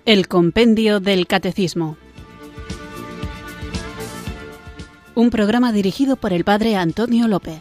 El Compendio del Catecismo. Un programa dirigido por el Padre Antonio López.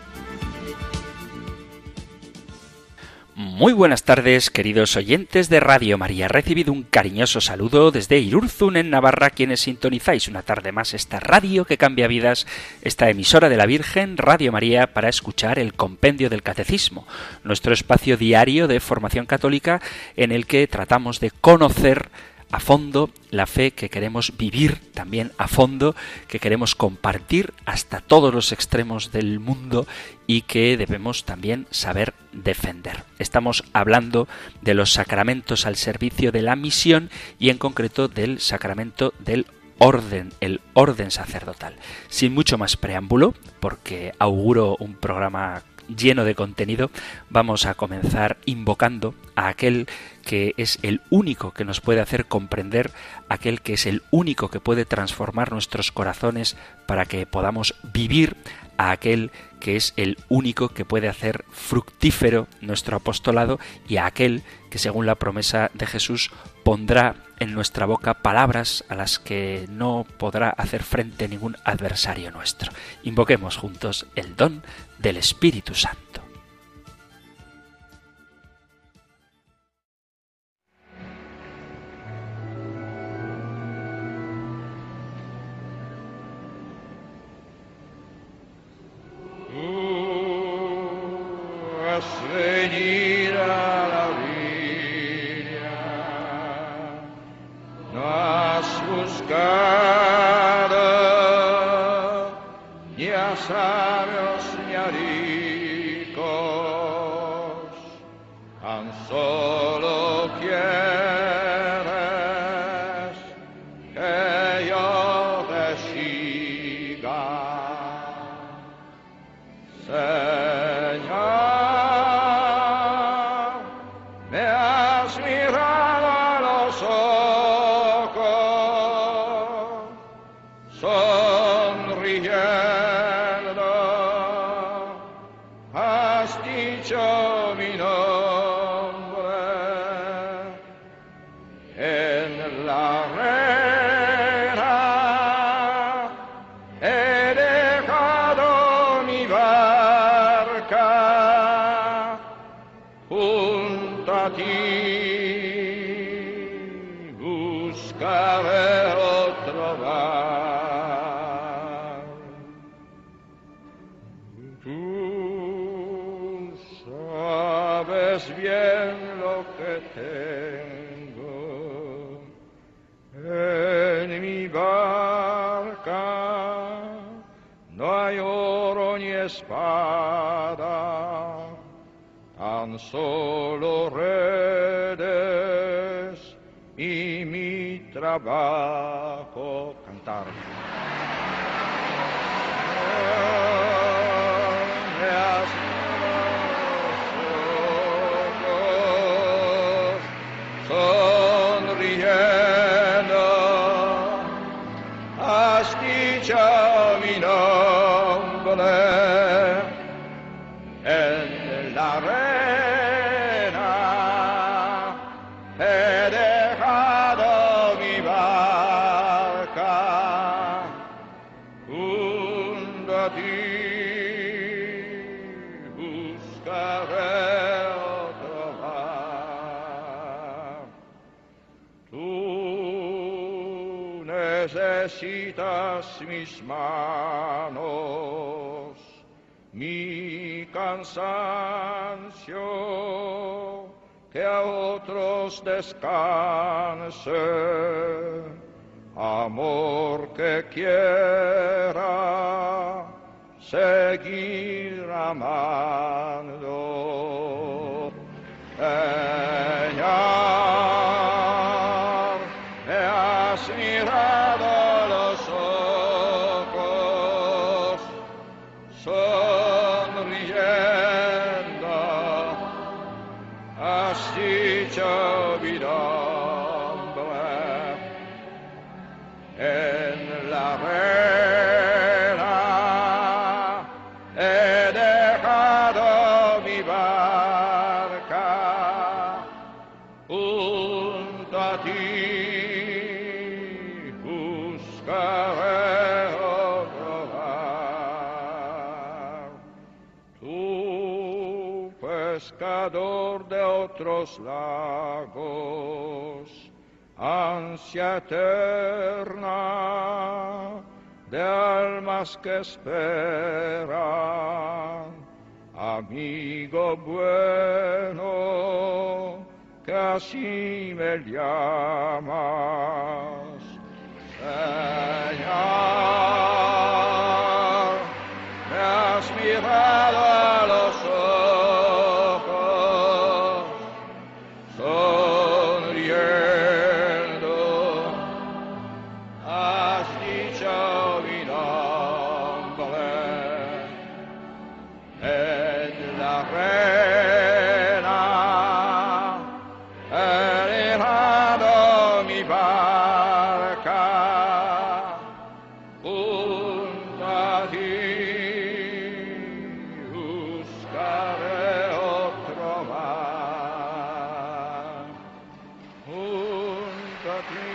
Muy buenas tardes, queridos oyentes de Radio María. Recibido un cariñoso saludo desde Irurzun, en Navarra, quienes sintonizáis una tarde más esta radio que cambia vidas, esta emisora de la Virgen, Radio María, para escuchar el Compendio del Catecismo, nuestro espacio diario de formación católica en el que tratamos de conocer a fondo la fe que queremos vivir también a fondo, que queremos compartir hasta todos los extremos del mundo y que debemos también saber defender. Estamos hablando de los sacramentos al servicio de la misión y en concreto del sacramento del orden, el orden sacerdotal. Sin mucho más preámbulo, porque auguro un programa lleno de contenido, vamos a comenzar invocando a aquel que es el único que nos puede hacer comprender, aquel que es el único que puede transformar nuestros corazones para que podamos vivir, a aquel que es el único que puede hacer fructífero nuestro apostolado y a aquel que, según la promesa de Jesús, pondrá en nuestra boca palabras a las que no podrá hacer frente ningún adversario nuestro. Invoquemos juntos el don del Espíritu Santo. Venir a la viña, no has buscado ni a sabios ni a ricos, tan solo quieres que yo te siga, Señor. Espada, tan solo redes y mi trabajo cantar. Sonriendo, has dicho mi nombre. En la arena he dejado mi barca junto a ti, buscaré otro mar. Tú necesitas mis manos, mi cansancio, que a otros descanse, amor que quiera seguir amando. Señor, me has mirado los ojos, has dicho mi nombre, en la arena he dejado mi barca junto a ti. pescador de otros lagos, ansia eterna de almas que esperan, amigo bueno, que así me llamas, Señor, me has mirado a los ojos, sonriendo, has dicho mi nombre, en la arena, he dejado mi barca, junto a ti, buscaré otro mar, junto a ti.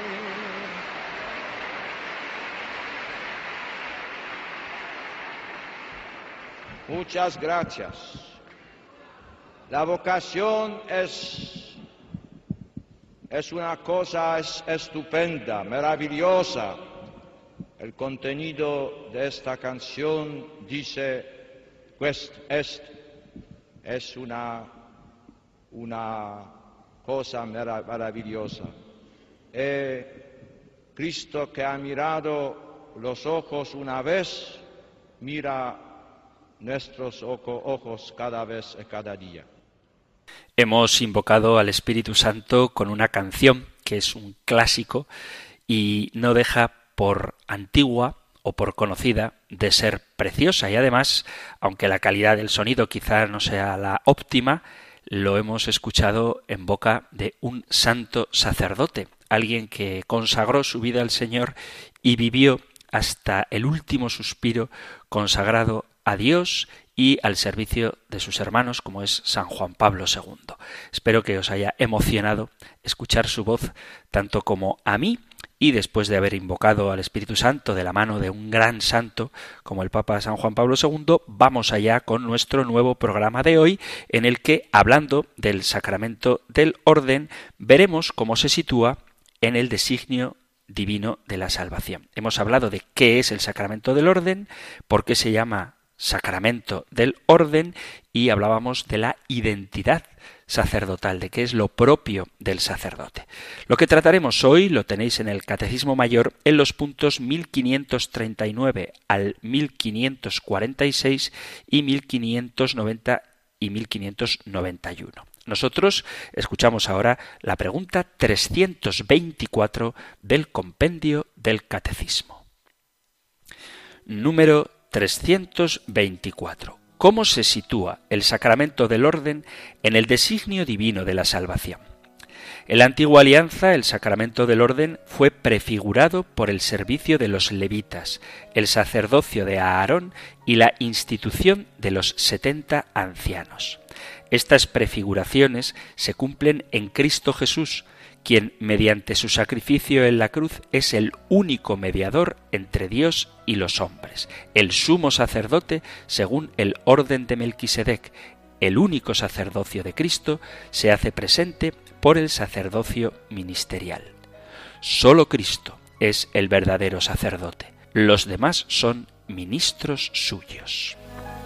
Muchas gracias. La vocación es una cosa estupenda, maravillosa. El contenido de esta canción dice, pues es una cosa maravillosa. Cristo, que ha mirado los ojos una vez, mira nuestros ojos cada vez y cada día. Hemos invocado al Espíritu Santo con una canción que es un clásico y no deja por antigua o por conocida de ser preciosa, y además, aunque la calidad del sonido quizá no sea la óptima, lo hemos escuchado en boca de un santo sacerdote, alguien que consagró su vida al Señor y vivió hasta el último suspiro consagrado a Dios y al servicio de sus hermanos, como es San Juan Pablo II. Espero que os haya emocionado escuchar su voz tanto como a mí, y después de haber invocado al Espíritu Santo de la mano de un gran santo como el Papa San Juan Pablo II, vamos allá con nuestro nuevo programa de hoy, en el que, hablando del sacramento del orden, veremos cómo se sitúa en el designio divino de la salvación. Hemos hablado de qué es el sacramento del orden, por qué se llama sacramento del orden, y hablábamos de la identidad sacerdotal, de qué es lo propio del sacerdote. Lo que trataremos hoy lo tenéis en el Catecismo Mayor en los puntos 1539 al 1546 y 1590 y 1591. Nosotros escuchamos ahora la pregunta 324 del compendio del Catecismo. Número 324. ¿Cómo se sitúa el sacramento del orden en el designio divino de la salvación? En la antigua alianza, el sacramento del orden fue prefigurado por el servicio de los levitas, el sacerdocio de Aarón y la institución de los 70 ancianos. Estas prefiguraciones se cumplen en Cristo Jesús, quien mediante su sacrificio en la cruz es el único mediador entre Dios y los hombres, el sumo sacerdote según el orden de Melquisedec. El único sacerdocio de Cristo se hace presente por el sacerdocio ministerial. Solo Cristo es el verdadero sacerdote. Los demás son ministros suyos.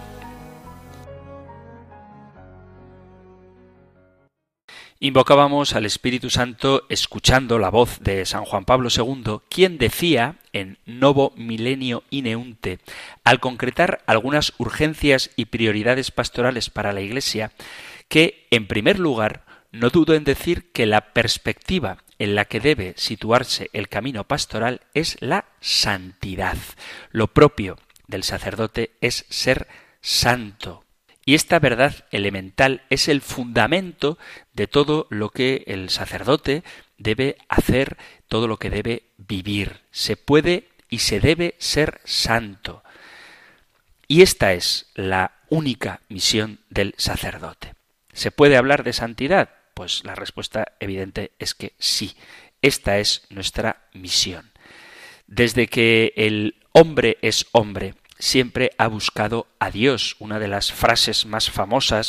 Invocábamos al Espíritu Santo escuchando la voz de San Juan Pablo II, quien decía en Novo Milenio Ineunte, al concretar algunas urgencias y prioridades pastorales para la Iglesia, que, en primer lugar, no dudo en decir que la perspectiva en la que debe situarse el camino pastoral es la santidad. Lo propio del sacerdote es ser santo. Y esta verdad elemental es el fundamento de todo lo que el sacerdote debe hacer, todo lo que debe vivir. Se puede y se debe ser santo. Y esta es la única misión del sacerdote. ¿Se puede hablar de santidad? Pues la respuesta evidente es que sí. Esta es nuestra misión. Desde que el hombre es hombre, siempre ha buscado a Dios. Una de las frases más famosas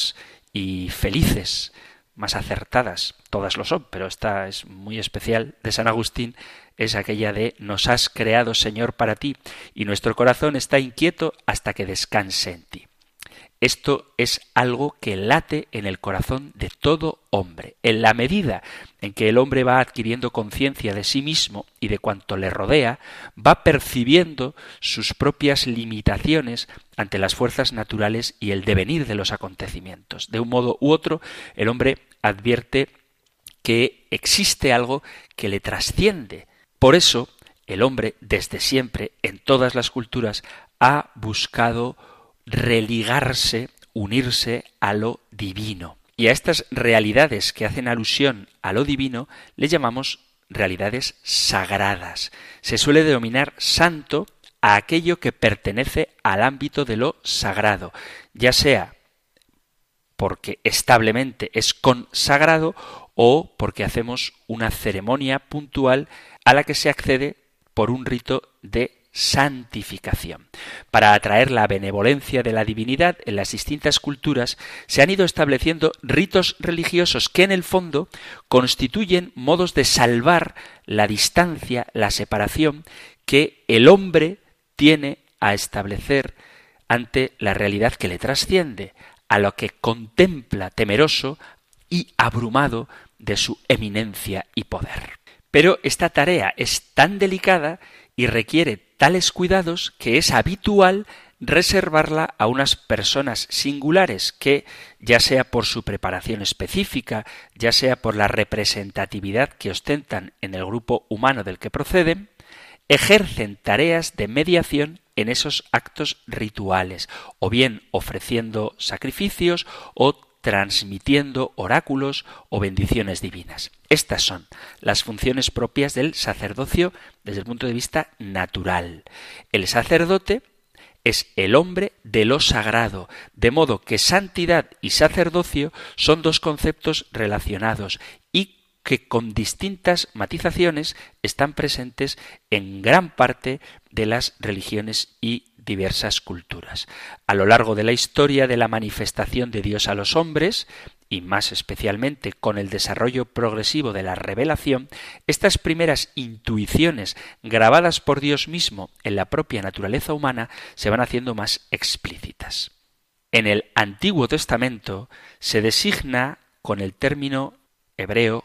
y felices, más acertadas, todas lo son, pero esta es muy especial, de San Agustín, es aquella de nos has creado, Señor, para ti, y nuestro corazón está inquieto hasta que descanse en ti. Esto es algo que late en el corazón de todo hombre. En la medida en que el hombre va adquiriendo conciencia de sí mismo y de cuanto le rodea, va percibiendo sus propias limitaciones ante las fuerzas naturales y el devenir de los acontecimientos. De un modo u otro, el hombre advierte que existe algo que le trasciende. Por eso, el hombre, desde siempre, en todas las culturas, ha buscado religarse, unirse a lo divino. Y a estas realidades que hacen alusión a lo divino le llamamos realidades sagradas. Se suele denominar santo a aquello que pertenece al ámbito de lo sagrado, ya sea porque establemente es consagrado o porque hacemos una ceremonia puntual a la que se accede por un rito de santificación. Para atraer la benevolencia de la divinidad en las distintas culturas se han ido estableciendo ritos religiosos que en el fondo constituyen modos de salvar la distancia, la separación que el hombre tiene a establecer ante la realidad que le trasciende, a lo que contempla temeroso y abrumado de su eminencia y poder. Pero esta tarea es tan delicada y requiere tales cuidados que es habitual reservarla a unas personas singulares que, ya sea por su preparación específica, ya sea por la representatividad que ostentan en el grupo humano del que proceden, ejercen tareas de mediación en esos actos rituales, o bien ofreciendo sacrificios o transmitiendo oráculos o bendiciones divinas. Estas son las funciones propias del sacerdocio desde el punto de vista natural. El sacerdote es el hombre de lo sagrado, de modo que santidad y sacerdocio son dos conceptos relacionados y que con distintas matizaciones están presentes en gran parte de las religiones y diversas culturas. A lo largo de la historia de la manifestación de Dios a los hombres, y más especialmente con el desarrollo progresivo de la revelación, estas primeras intuiciones grabadas por Dios mismo en la propia naturaleza humana se van haciendo más explícitas. En el Antiguo Testamento se designa con el término hebreo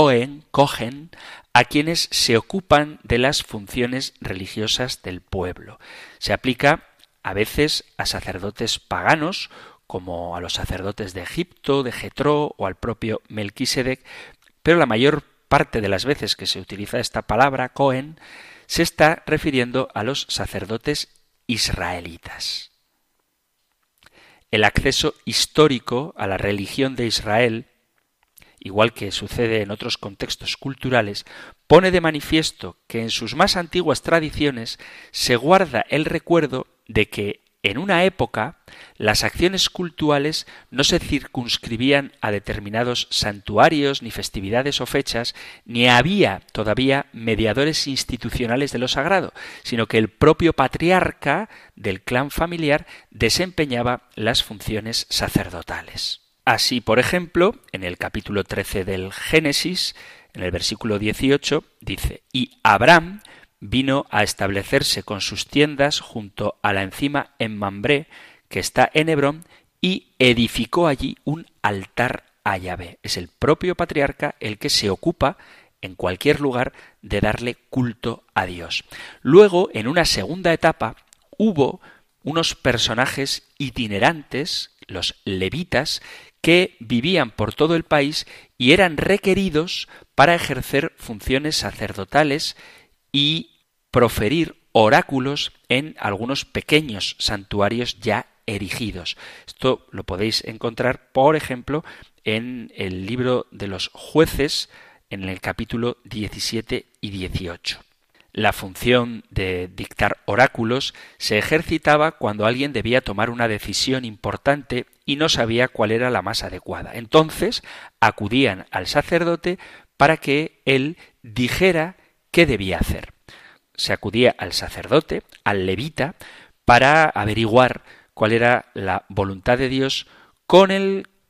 Cohen, a quienes se ocupan de las funciones religiosas del pueblo. Se aplica a veces a sacerdotes paganos, como a los sacerdotes de Egipto, de Jetro o al propio Melquisedec, pero la mayor parte de las veces que se utiliza esta palabra, Cohen, se está refiriendo a los sacerdotes israelitas. El acceso histórico a la religión de Israel, igual que sucede en otros contextos culturales, pone de manifiesto que en sus más antiguas tradiciones se guarda el recuerdo de que en una época las acciones cultuales no se circunscribían a determinados santuarios, ni festividades o fechas, ni había todavía mediadores institucionales de lo sagrado, sino que el propio patriarca del clan familiar desempeñaba las funciones sacerdotales. Así, por ejemplo, en el capítulo 13 del Génesis, en el versículo 18, dice: «Y Abraham vino a establecerse con sus tiendas junto a la encima en Mambré, que está en Hebrón, y edificó allí un altar a Yahvé». Es el propio patriarca el que se ocupa en cualquier lugar de darle culto a Dios. Luego, en una segunda etapa, hubo unos personajes itinerantes, los levitas, que vivían por todo el país y eran requeridos para ejercer funciones sacerdotales y proferir oráculos en algunos pequeños santuarios ya erigidos. Esto lo podéis encontrar, por ejemplo, en el libro de los Jueces, en el capítulo 17 y 18. La función de dictar oráculos se ejercitaba cuando alguien debía tomar una decisión importante y no sabía cuál era la más adecuada. Entonces acudían al sacerdote para que él dijera qué debía hacer. Se acudía al sacerdote, al levita, para averiguar cuál era la voluntad de Dios con el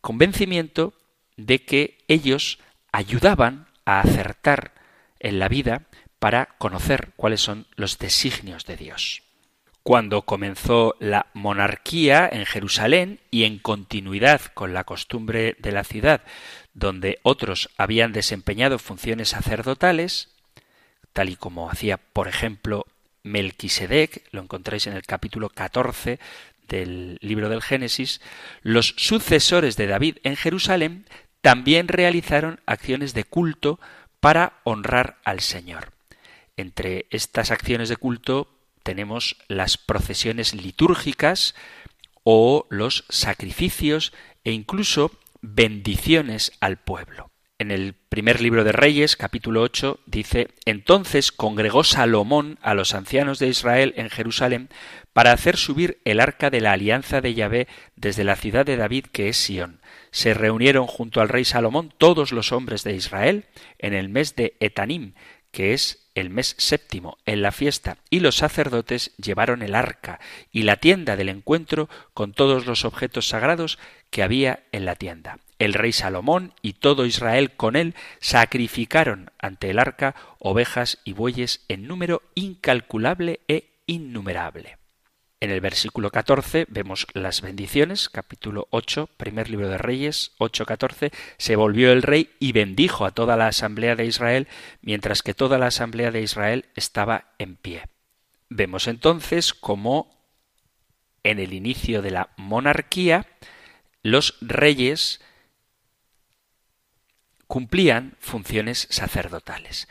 convencimiento de que ellos ayudaban a acertar en la vida para conocer cuáles son los designios de Dios. Cuando comenzó la monarquía en Jerusalén y en continuidad con la costumbre de la ciudad, donde otros habían desempeñado funciones sacerdotales, tal y como hacía, por ejemplo, Melquisedec, lo encontráis en el capítulo 14 del libro del Génesis, los sucesores de David en Jerusalén también realizaron acciones de culto para honrar al Señor. Entre estas acciones de culto tenemos las procesiones litúrgicas o los sacrificios e incluso bendiciones al pueblo. En el primer libro de Reyes, capítulo 8, dice: Entonces congregó Salomón a los ancianos de Israel en Jerusalén para hacer subir el arca de la alianza de Yahvé desde la ciudad de David, que es Sión. Se reunieron junto al rey Salomón todos los hombres de Israel en el mes de Etanim, que es el mes séptimo, en la fiesta, y los sacerdotes llevaron el arca y la tienda del encuentro con todos los objetos sagrados que había en la tienda. El rey Salomón y todo Israel con él sacrificaron ante el arca ovejas y bueyes en número incalculable e innumerable. En el versículo 14 vemos las bendiciones, capítulo 8, primer libro de Reyes, 8:14, se volvió el rey y bendijo a toda la asamblea de Israel, mientras que toda la asamblea de Israel estaba en pie. Vemos entonces cómo en el inicio de la monarquía los reyes cumplían funciones sacerdotales.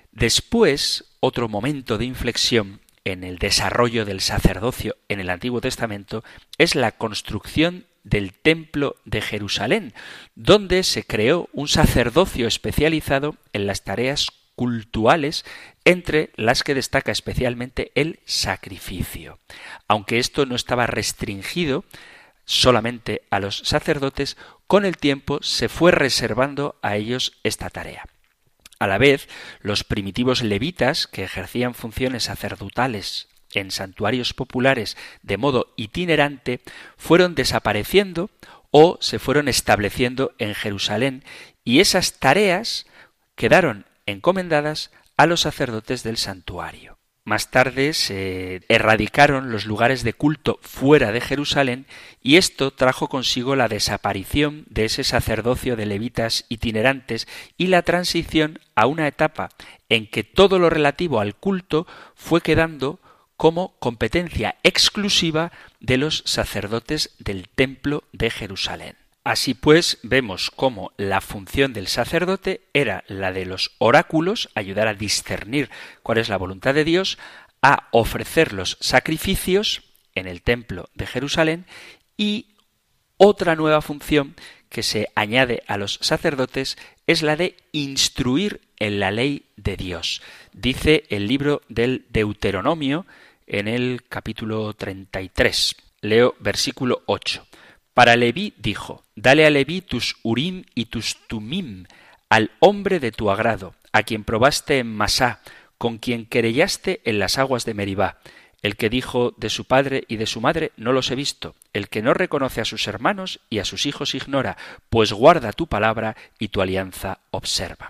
Después, otro momento de inflexión en el desarrollo del sacerdocio en el Antiguo Testamento es la construcción del Templo de Jerusalén, donde se creó un sacerdocio especializado en las tareas cultuales, entre las que destaca especialmente el sacrificio. Aunque esto no estaba restringido solamente a los sacerdotes, con el tiempo se fue reservando a ellos esta tarea. A la vez, los primitivos levitas, que ejercían funciones sacerdotales en santuarios populares de modo itinerante, fueron desapareciendo o se fueron estableciendo en Jerusalén, y esas tareas quedaron encomendadas a los sacerdotes del santuario. Más tarde se erradicaron los lugares de culto fuera de Jerusalén, y esto trajo consigo la desaparición de ese sacerdocio de levitas itinerantes y la transición a una etapa en que todo lo relativo al culto fue quedando como competencia exclusiva de los sacerdotes del Templo de Jerusalén. Así pues, vemos cómo la función del sacerdote era la de los oráculos, ayudar a discernir cuál es la voluntad de Dios, a ofrecer los sacrificios en el Templo de Jerusalén, y otra nueva función que se añade a los sacerdotes es la de instruir en la ley de Dios. Dice el libro del Deuteronomio en el capítulo 33. Leo versículo 8. Para Leví dijo: dale a Leví tus Urim y tus Tumim, al hombre de tu agrado, a quien probaste en Masá, con quien querellaste en las aguas de Meribá. El que dijo de su padre y de su madre: no los he visto. El que no reconoce a sus hermanos y a sus hijos ignora, pues guarda tu palabra y tu alianza observa.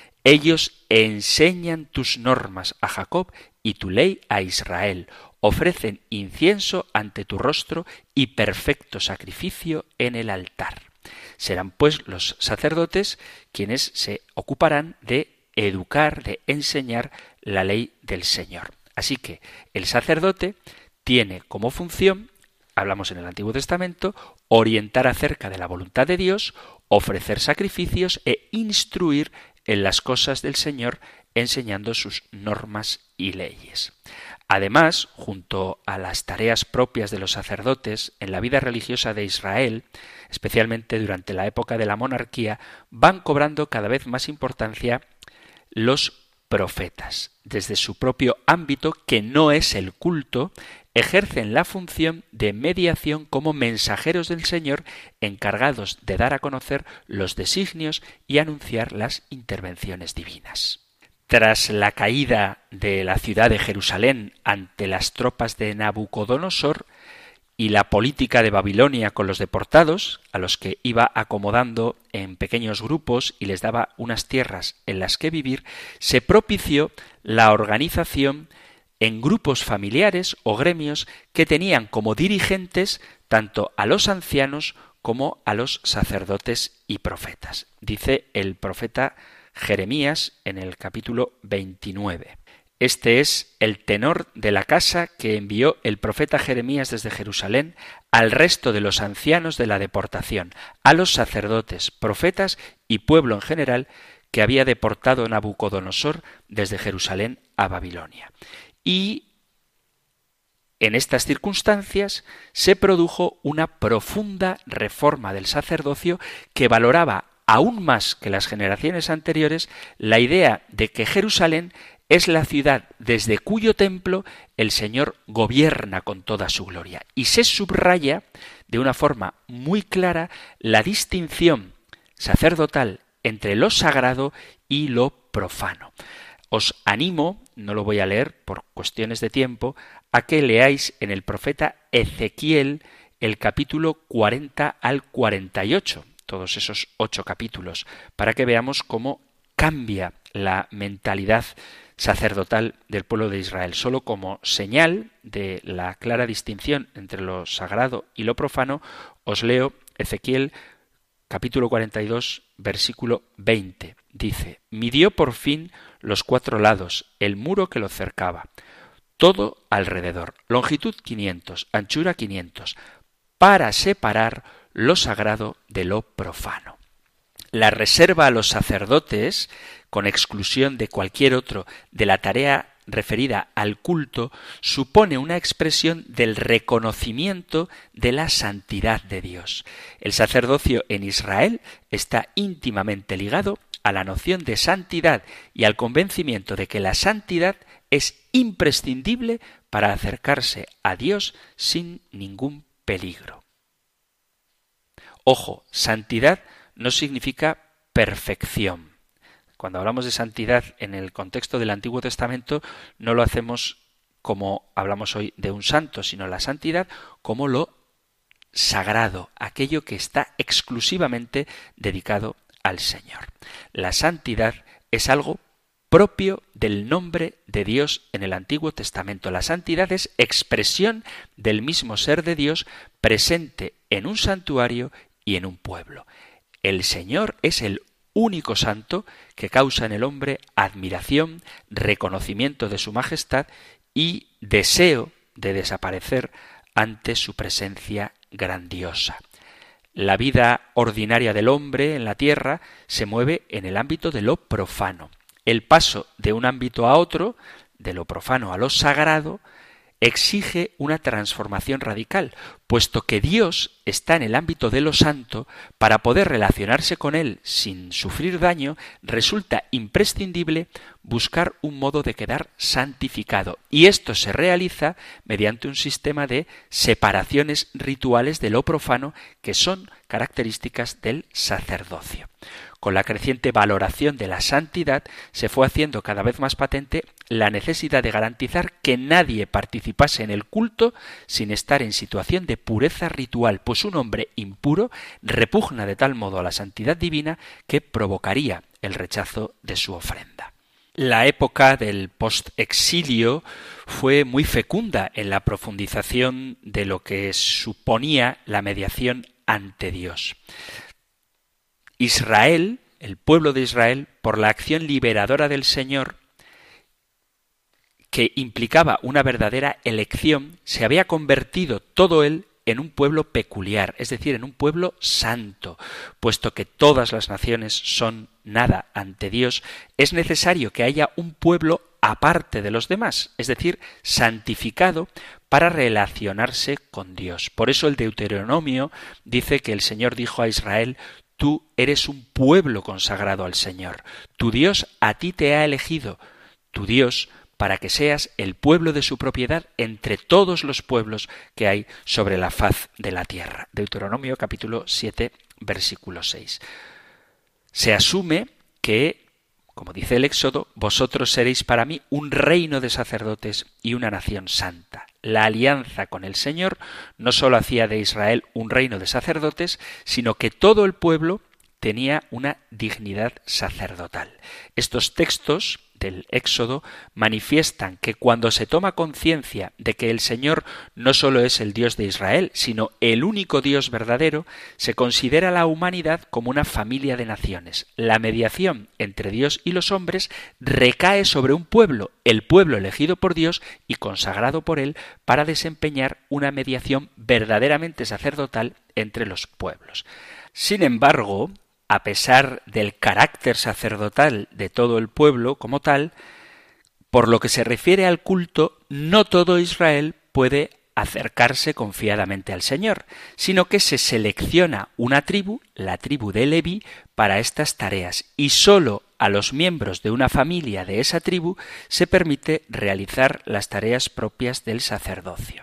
Ellos enseñan tus normas a Jacob y tu ley a Israel. Ofrecen incienso ante tu rostro y perfecto sacrificio en el altar. Serán pues los sacerdotes quienes se ocuparán de educar, de enseñar la ley del Señor. Así que el sacerdote tiene como función, hablamos en el Antiguo Testamento, orientar acerca de la voluntad de Dios, ofrecer sacrificios e instruir en las cosas del Señor, enseñando sus normas y leyes. Además, junto a las tareas propias de los sacerdotes en la vida religiosa de Israel, especialmente durante la época de la monarquía, van cobrando cada vez más importancia los profetas. Desde su propio ámbito, que no es el culto, ejercen la función de mediación como mensajeros del Señor, encargados de dar a conocer los designios y anunciar las intervenciones divinas. Tras la caída de la ciudad de Jerusalén ante las tropas de Nabucodonosor, y la política de Babilonia con los deportados, a los que iba acomodando en pequeños grupos y les daba unas tierras en las que vivir, se propició la organización en grupos familiares o gremios que tenían como dirigentes tanto a los ancianos como a los sacerdotes y profetas. Dice el profeta Jeremías en el capítulo 29. Este es el tenor de la carta que envió el profeta Jeremías desde Jerusalén al resto de los ancianos de la deportación, a los sacerdotes, profetas y pueblo en general que había deportado Nabucodonosor desde Jerusalén a Babilonia. Y en estas circunstancias se produjo una profunda reforma del sacerdocio que valoraba aún más que las generaciones anteriores la idea de que Jerusalén es la ciudad desde cuyo templo el Señor gobierna con toda su gloria. Y se subraya de una forma muy clara la distinción sacerdotal entre lo sagrado y lo profano. Os animo, no lo voy a leer por cuestiones de tiempo, a que leáis en el profeta Ezequiel el capítulo 40 al 48, todos esos 8 capítulos, para que veamos cómo cambia la mentalidad sacerdotal del pueblo de Israel. Solo como señal de la clara distinción entre lo sagrado y lo profano, os leo Ezequiel capítulo 42, versículo 20. Dice: midió por fin los 4 lados, el muro que lo cercaba, todo alrededor, longitud 500, anchura 500, para separar lo sagrado de lo profano. La reserva a los sacerdotes, con exclusión de cualquier otro, de la tarea referida al culto, supone una expresión del reconocimiento de la santidad de Dios. El sacerdocio en Israel está íntimamente ligado a la noción de santidad y al convencimiento de que la santidad es imprescindible para acercarse a Dios sin ningún peligro. Ojo, santidad no significa perfección. Cuando hablamos de santidad en el contexto del Antiguo Testamento, no lo hacemos como hablamos hoy de un santo, sino la santidad como lo sagrado, aquello que está exclusivamente dedicado al Señor. La santidad es algo propio del nombre de Dios en el Antiguo Testamento. La santidad es expresión del mismo ser de Dios presente en un santuario y en un pueblo. El Señor es el único santo que causa en el hombre admiración, reconocimiento de su majestad y deseo de desaparecer ante su presencia grandiosa. La vida ordinaria del hombre en la tierra se mueve en el ámbito de lo profano. El paso de un ámbito a otro, de lo profano a lo sagrado, exige una transformación radical, puesto que Dios está en el ámbito de lo santo. Para poder relacionarse con Él sin sufrir daño, resulta imprescindible buscar un modo de quedar santificado. Y esto se realiza mediante un sistema de separaciones rituales de lo profano que son características del sacerdocio. Con la creciente valoración de la santidad se fue haciendo cada vez más patente la necesidad de garantizar que nadie participase en el culto sin estar en situación de pureza ritual, pues un hombre impuro repugna de tal modo a la santidad divina que provocaría el rechazo de su ofrenda. La época del post-exilio fue muy fecunda en la profundización de lo que suponía la mediación ante Dios. Israel, el pueblo de Israel, por la acción liberadora del Señor, que implicaba una verdadera elección, se había convertido todo él en un pueblo peculiar, es decir, en un pueblo santo. Puesto que todas las naciones son nada ante Dios, es necesario que haya un pueblo aparte de los demás, es decir, santificado para relacionarse con Dios. Por eso el Deuteronomio dice que el Señor dijo a Israel: tú eres un pueblo consagrado al Señor. Tu Dios a ti te ha elegido, tu Dios, para que seas el pueblo de su propiedad entre todos los pueblos que hay sobre la faz de la tierra. Deuteronomio capítulo 7, versículo 6. Se asume que, como dice el Éxodo, vosotros seréis para mí un reino de sacerdotes y una nación santa. La alianza con el Señor no solo hacía de Israel un reino de sacerdotes, sino que todo el pueblo tenía una dignidad sacerdotal. Estos textos del Éxodo manifiestan que cuando se toma conciencia de que el Señor no solo es el Dios de Israel, sino el único Dios verdadero, se considera a la humanidad como una familia de naciones. La mediación entre Dios y los hombres recae sobre un pueblo, el pueblo elegido por Dios y consagrado por Él para desempeñar una mediación verdaderamente sacerdotal entre los pueblos. Sin embargo, a pesar del carácter sacerdotal de todo el pueblo como tal, por lo que se refiere al culto, no todo Israel puede acercarse confiadamente al Señor, sino que se selecciona una tribu, la tribu de Leví, para estas tareas, y sólo a los miembros de una familia de esa tribu se permite realizar las tareas propias del sacerdocio.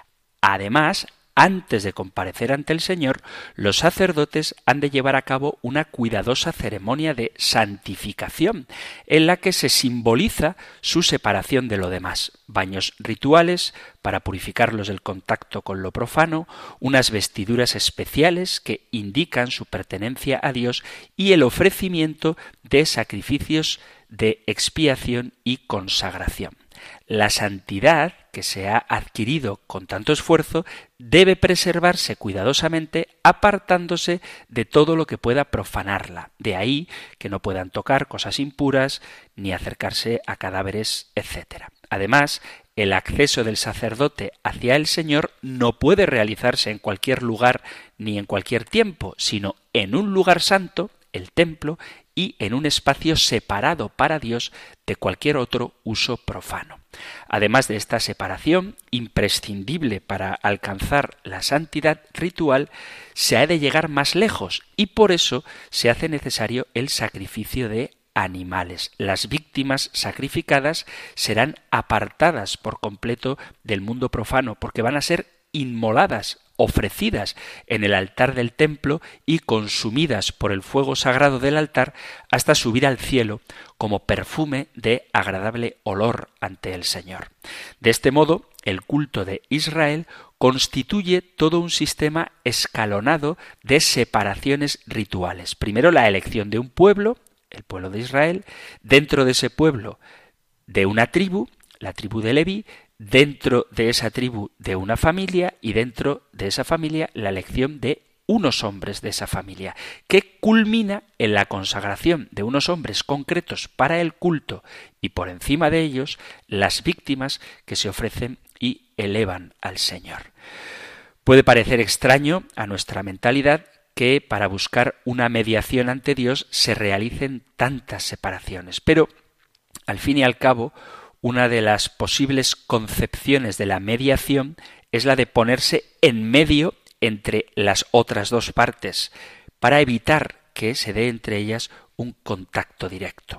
Además, antes de comparecer ante el Señor, los sacerdotes han de llevar a cabo una cuidadosa ceremonia de santificación, en la que se simboliza su separación de lo demás. Baños rituales para purificarlos del contacto con lo profano, unas vestiduras especiales que indican su pertenencia a Dios y el ofrecimiento de sacrificios de expiación y consagración. La santidad que se ha adquirido con tanto esfuerzo debe preservarse cuidadosamente apartándose de todo lo que pueda profanarla. De ahí que no puedan tocar cosas impuras ni acercarse a cadáveres, etc. Además, el acceso del sacerdote hacia el Señor no puede realizarse en cualquier lugar ni en cualquier tiempo, sino en un lugar santo, el templo, y en un espacio separado para Dios de cualquier otro uso profano. Además de esta separación, imprescindible para alcanzar la santidad ritual, se ha de llegar más lejos y por eso se hace necesario el sacrificio de animales. Las víctimas sacrificadas serán apartadas por completo del mundo profano porque van a ser inmoladas, ofrecidas en el altar del templo y consumidas por el fuego sagrado del altar hasta subir al cielo como perfume de agradable olor ante el Señor. De este modo, el culto de Israel constituye todo un sistema escalonado de separaciones rituales. Primero la elección de un pueblo, el pueblo de Israel, dentro de ese pueblo de una tribu, la tribu de Leví, dentro de esa tribu de una familia y dentro de esa familia la elección de unos hombres de esa familia, que culmina en la consagración de unos hombres concretos para el culto y por encima de ellos las víctimas que se ofrecen y elevan al Señor. Puede parecer extraño a nuestra mentalidad que para buscar una mediación ante Dios se realicen tantas separaciones, pero al fin y al cabo una de las posibles concepciones de la mediación es la de ponerse en medio entre las otras dos partes para evitar que se dé entre ellas un contacto directo.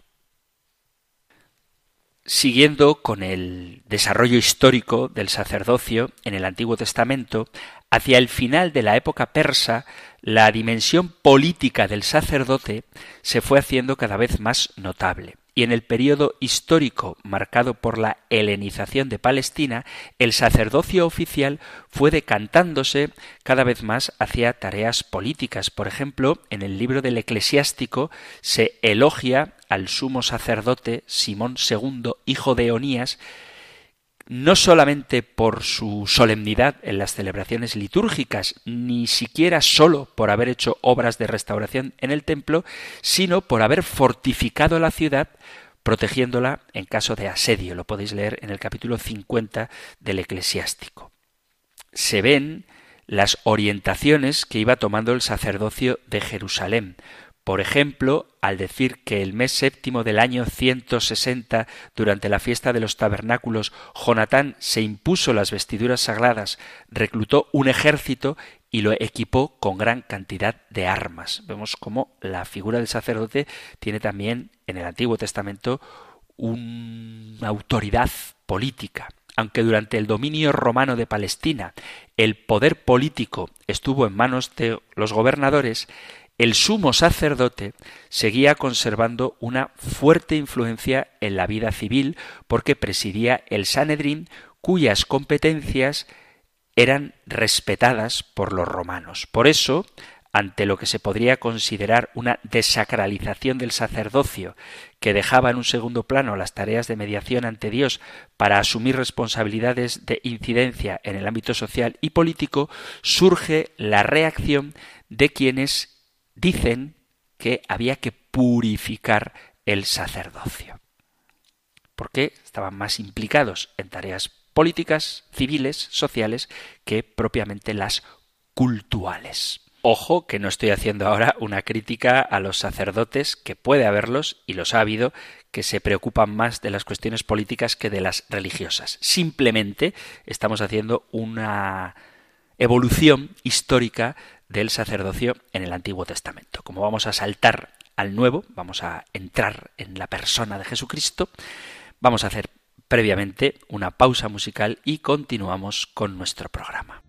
Siguiendo con el desarrollo histórico del sacerdocio en el Antiguo Testamento, hacia el final de la época persa, la dimensión política del sacerdote se fue haciendo cada vez más notable. Y en el período histórico marcado por la helenización de Palestina, el sacerdocio oficial fue decantándose cada vez más hacia tareas políticas. Por ejemplo, en el libro del Eclesiástico se elogia al sumo sacerdote Simón II, hijo de Onías, no solamente por su solemnidad en las celebraciones litúrgicas, ni siquiera solo por haber hecho obras de restauración en el templo, sino por haber fortificado la ciudad, protegiéndola en caso de asedio. Lo podéis leer en el capítulo 50 del Eclesiástico. Se ven las orientaciones que iba tomando el sacerdocio de Jerusalén. Por ejemplo, al decir que el mes séptimo del año 160, durante la fiesta de los tabernáculos, Jonatán se impuso las vestiduras sagradas, reclutó un ejército y lo equipó con gran cantidad de armas. Vemos cómo la figura del sacerdote tiene también en el Antiguo Testamento una autoridad política. Aunque durante el dominio romano de Palestina el poder político estuvo en manos de los gobernadores, el sumo sacerdote seguía conservando una fuerte influencia en la vida civil porque presidía el Sanedrín, cuyas competencias eran respetadas por los romanos. Por eso, ante lo que se podría considerar una desacralización del sacerdocio, que dejaba en un segundo plano las tareas de mediación ante Dios para asumir responsabilidades de incidencia en el ámbito social y político, surge la reacción de quienes dicen que había que purificar el sacerdocio, porque estaban más implicados en tareas políticas, civiles, sociales, que propiamente las cultuales. Ojo, que no estoy haciendo ahora una crítica a los sacerdotes, que puede haberlos, y los ha habido, que se preocupan más de las cuestiones políticas que de las religiosas. Simplemente estamos haciendo una evolución histórica del sacerdocio en el Antiguo Testamento. Como vamos a saltar al Nuevo, vamos a entrar en la persona de Jesucristo, vamos a hacer previamente una pausa musical y continuamos con nuestro programa.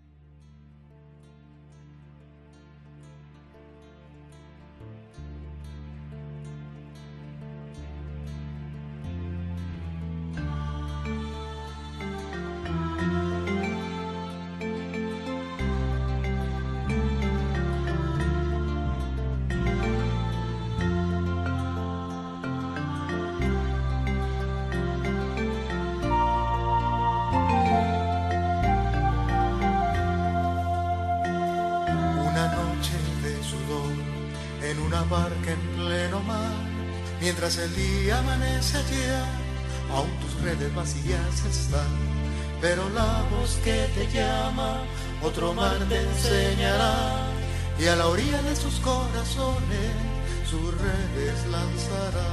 Barca en pleno mar, mientras el día amanece ya, aún tus redes vacías están, pero la voz que te llama, otro mar te enseñará, y a la orilla de sus corazones, sus redes lanzará.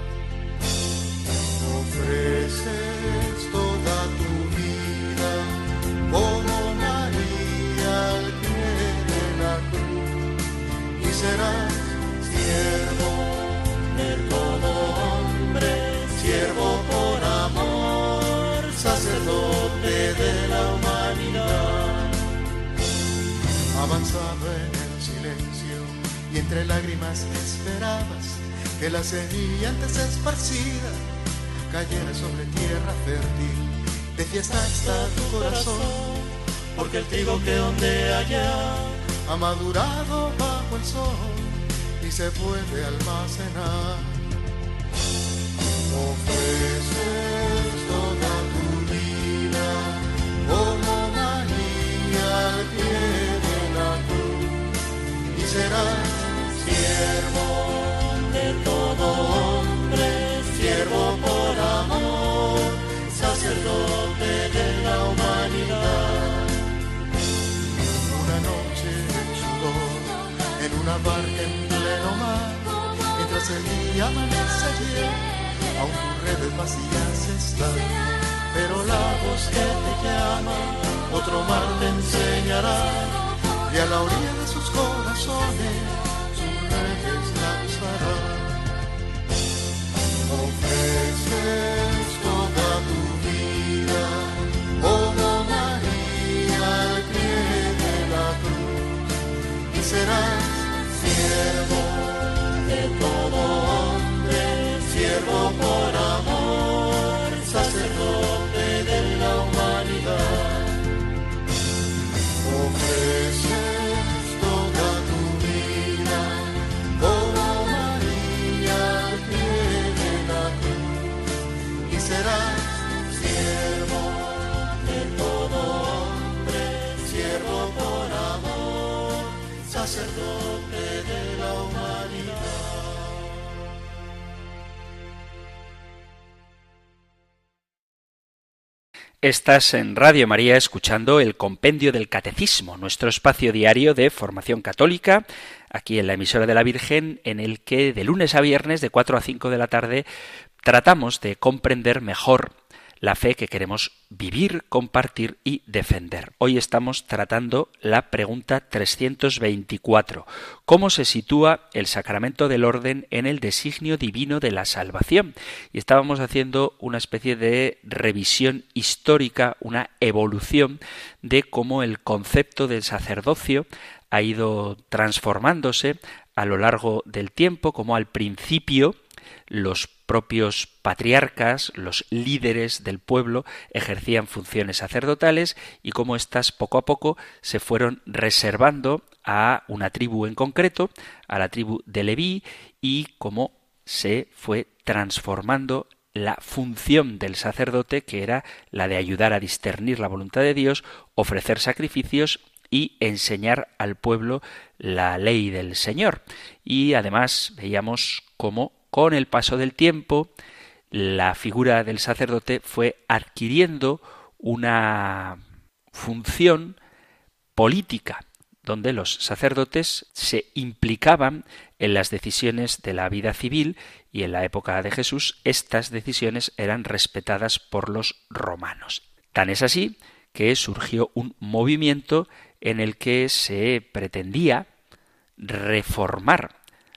Ofreces toda tu vida, como María al pie de la cruz, y serás siervo de todo hombre, siervo por amor, sacerdote de la humanidad. Avanzando en el silencio y entre lágrimas esperabas que la semilla antes esparcida cayera sobre tierra fértil. De fiesta está tu corazón, porque el trigo que ondea allá ha madurado bajo el sol y se puede almacenar. Ofreces toda tu vida como María al pie de la cruz, y serás siervo de todo hombre, siervo por amor, sacerdote de la humanidad. Una noche de sudor en una barca en pleno mar, mientras el día amanece allí, aún tus redes vacías están, pero la voz que te llama, otro mar te enseñará, y a la orilla de sus corazones, sus redes lanzará. Ofreces toda tu vida, como María al pie de la cruz, y serás siervo de todo hombre, siervo por amor, sacerdote de la humanidad. Ofreces toda tu vida, como María al pie de la cruz, y serás siervo de todo hombre, siervo por amor, sacerdote de la humanidad. Estás en Radio María escuchando el Compendio del Catecismo, nuestro espacio diario de formación católica, aquí en la emisora de la Virgen, en el que de lunes a viernes, de 4 a 5 de la tarde, tratamos de comprender mejor la fe que queremos vivir, compartir y defender. Hoy estamos tratando la pregunta 324. ¿Cómo se sitúa el sacramento del orden en el designio divino de la salvación? Y estábamos haciendo una especie de revisión histórica, una evolución de cómo el concepto del sacerdocio ha ido transformándose a lo largo del tiempo, como al principio los propios patriarcas, los líderes del pueblo, ejercían funciones sacerdotales y cómo éstas poco a poco se fueron reservando a una tribu en concreto, a la tribu de Leví, y cómo se fue transformando la función del sacerdote, que era la de ayudar a discernir la voluntad de Dios, ofrecer sacrificios y enseñar al pueblo la ley del Señor. Y además veíamos cómo con el paso del tiempo la figura del sacerdote fue adquiriendo una función política, donde los sacerdotes se implicaban en las decisiones de la vida civil, y en la época de Jesús estas decisiones eran respetadas por los romanos. Tan es así que surgió un movimiento en el que se pretendía reformar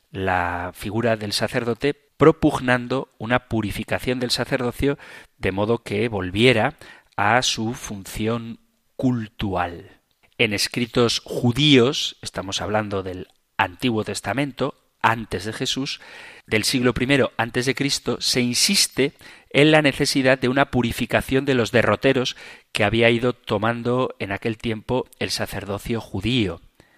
la figura del sacerdote, propugnando una purificación del sacerdocio de modo que volviera a su función cultual. En escritos judíos, estamos hablando del Antiguo Testamento, antes de Jesús, del siglo I antes de Cristo, se insiste en la necesidad de una purificación de los derroteros que había ido tomando en aquel tiempo el sacerdocio judío.